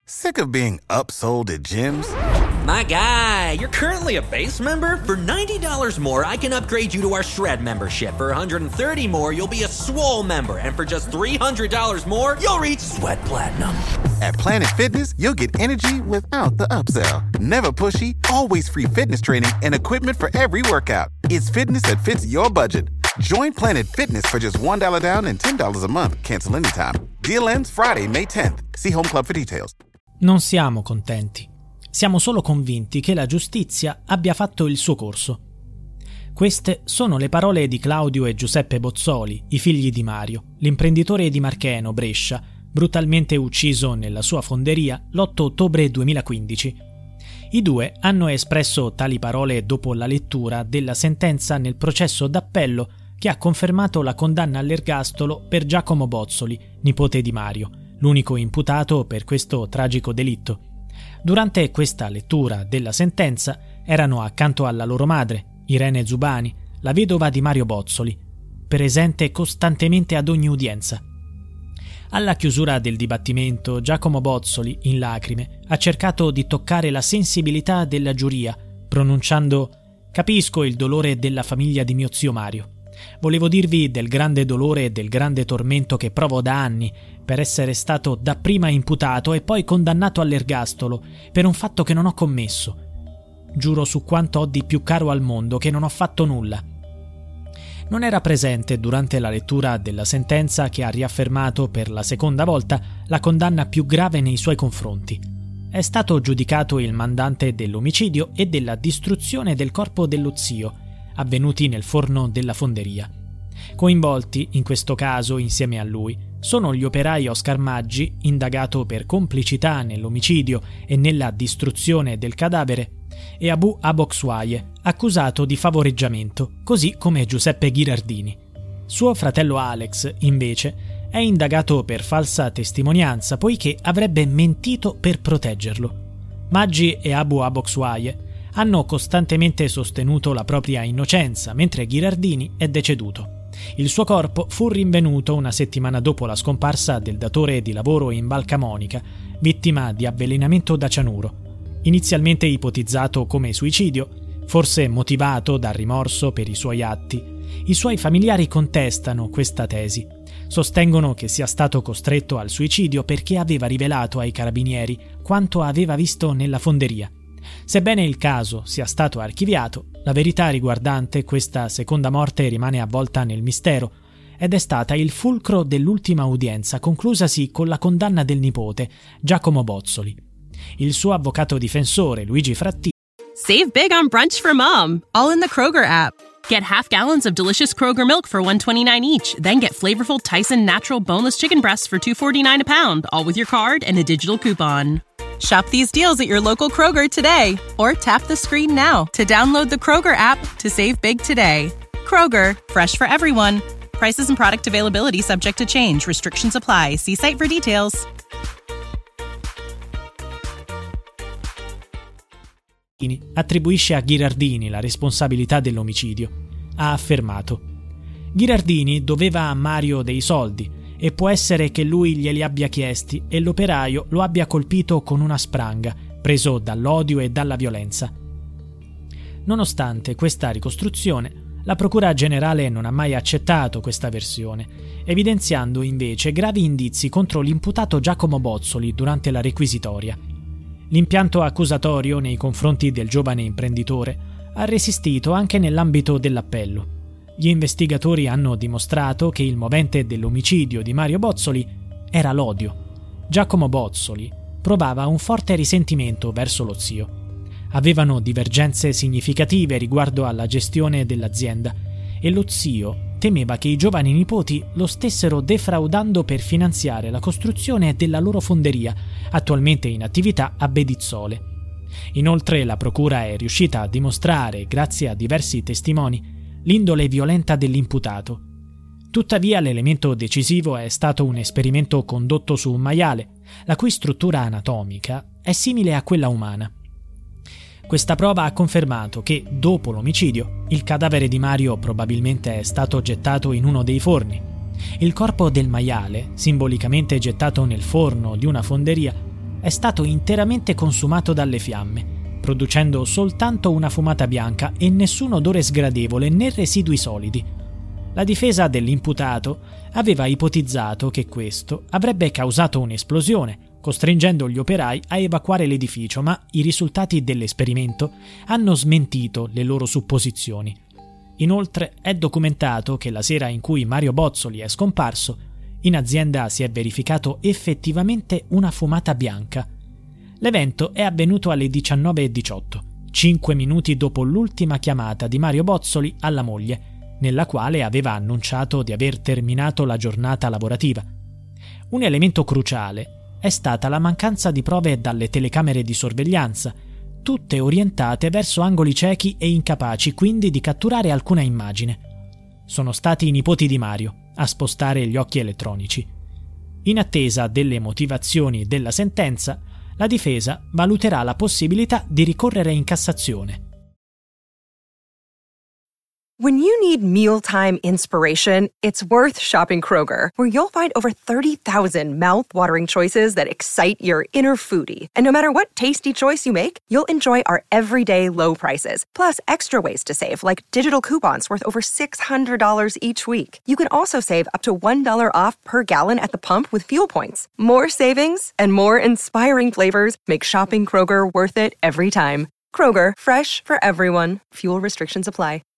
Sick of being upsold at gyms? My guy, you're currently a base member? For $90 more, I can upgrade you to our Shred membership. For $130 more, you'll be a Swole member. And for just $300 more, you'll reach Sweat Platinum. At Planet Fitness, you'll get energy without the upsell. Never pushy, always free fitness training and equipment for every workout. It's fitness that fits your budget. Join Planet Fitness for just $1 down and $10 a month. Cancel anytime. Deal ends Friday, May 10th. See Home Club for details. Non siamo contenti. Siamo solo convinti che la giustizia abbia fatto il suo corso. Queste sono le parole di Claudio e Giuseppe Bozzoli, i figli di Mario, l'imprenditore di Marcheno, Brescia, brutalmente ucciso nella sua fonderia l'8 ottobre 2015. I due hanno espresso tali parole dopo la lettura della sentenza nel processo d'appello che ha confermato la condanna all'ergastolo per Giacomo Bozzoli, nipote di Mario, l'unico imputato per questo tragico delitto. Durante questa lettura della sentenza erano accanto alla loro madre, Irene Zubani, la vedova di Mario Bozzoli, presente costantemente ad ogni udienza. Alla chiusura del dibattimento, Giacomo Bozzoli, in lacrime, ha cercato di toccare la sensibilità della giuria, pronunciando: «Capisco il dolore della famiglia di mio zio Mario. Volevo dirvi del grande dolore e del grande tormento che provo da anni per essere stato dapprima imputato e poi condannato all'ergastolo per un fatto che non ho commesso. Giuro su quanto ho di più caro al mondo che non ho fatto nulla». Non era presente durante la lettura della sentenza che ha riaffermato per la seconda volta la condanna più grave nei suoi confronti. È stato giudicato il mandante dell'omicidio e della distruzione del corpo dello zio, avvenuti nel forno della fonderia. Coinvolti, in questo caso insieme a lui, sono gli operai Oscar Maggi, indagato per complicità nell'omicidio e nella distruzione del cadavere, e Abu Aboxwaye, accusato di favoreggiamento, così come Giuseppe Ghirardini. Suo fratello Alex, invece, è indagato per falsa testimonianza poiché avrebbe mentito per proteggerlo. Maggi e Abu Aboxwaye hanno costantemente sostenuto la propria innocenza, mentre Ghirardini è deceduto. Il suo corpo fu rinvenuto una settimana dopo la scomparsa del datore di lavoro in Val Camonica, vittima di avvelenamento da cianuro. Inizialmente ipotizzato come suicidio, forse motivato dal rimorso per i suoi atti, i suoi familiari contestano questa tesi. Sostengono che sia stato costretto al suicidio perché aveva rivelato ai carabinieri quanto aveva visto nella fonderia. Sebbene il caso sia stato archiviato, la verità riguardante questa seconda morte rimane avvolta nel mistero ed è stata il fulcro dell'ultima udienza conclusasi con la condanna del nipote, Giacomo Bozzoli. Il suo avvocato difensore, Luigi Frattini. Save big on brunch for mom, all in the Kroger app. Get half gallons of delicious Kroger milk for $1.29 each. Then get flavorful Tyson natural boneless chicken breasts for $2.49 a pound, all with your card and a digital coupon. Shop these deals at your local Kroger today, or tap the screen now to download the Kroger app to save big today. Kroger, fresh for everyone. Prices and product availability subject to change. Restrictions apply. See site for details. Attribuisce a Ghirardini la responsabilità dell'omicidio. Ha affermato: Ghirardini doveva a Mario dei soldi e può essere che lui glieli abbia chiesti e l'operaio lo abbia colpito con una spranga, preso dall'odio e dalla violenza. Nonostante questa ricostruzione, la Procura Generale non ha mai accettato questa versione, evidenziando invece gravi indizi contro l'imputato Giacomo Bozzoli durante la requisitoria. L'impianto accusatorio nei confronti del giovane imprenditore ha resistito anche nell'ambito dell'appello. Gli investigatori hanno dimostrato che il movente dell'omicidio di Mario Bozzoli era l'odio. Giacomo Bozzoli provava un forte risentimento verso lo zio. Avevano divergenze significative riguardo alla gestione dell'azienda e lo zio temeva che i giovani nipoti lo stessero defraudando per finanziare la costruzione della loro fonderia, attualmente in attività a Bedizzole. Inoltre la procura è riuscita a dimostrare, grazie a diversi testimoni, l'indole violenta dell'imputato. Tuttavia l'elemento decisivo è stato un esperimento condotto su un maiale, la cui struttura anatomica è simile a quella umana. Questa prova ha confermato che, dopo l'omicidio, il cadavere di Mario probabilmente è stato gettato in uno dei forni. Il corpo del maiale, simbolicamente gettato nel forno di una fonderia, è stato interamente consumato dalle fiamme, producendo soltanto una fumata bianca e nessun odore sgradevole né residui solidi. La difesa dell'imputato aveva ipotizzato che questo avrebbe causato un'esplosione, costringendo gli operai a evacuare l'edificio, ma i risultati dell'esperimento hanno smentito le loro supposizioni. Inoltre è documentato che la sera in cui Mario Bozzoli è scomparso, in azienda si è verificato effettivamente una fumata bianca. L'evento è avvenuto alle 19:18, 5 minuti dopo l'ultima chiamata di Mario Bozzoli alla moglie, nella quale aveva annunciato di aver terminato la giornata lavorativa. Un elemento cruciale è stata la mancanza di prove dalle telecamere di sorveglianza, tutte orientate verso angoli ciechi e incapaci quindi di catturare alcuna immagine. Sono stati i nipoti di Mario a spostare gli occhi elettronici. In attesa delle motivazioni della sentenza, la difesa valuterà la possibilità di ricorrere in Cassazione. When you need mealtime inspiration, it's worth shopping Kroger, where you'll find over 30,000 mouth-watering choices that excite your inner foodie. And no matter what tasty choice you make, you'll enjoy our everyday low prices, plus extra ways to save, like digital coupons worth over $600 each week. You can also save up to $1 off per gallon at the pump with fuel points. More savings and more inspiring flavors make shopping Kroger worth it every time. Kroger, fresh for everyone. Fuel restrictions apply.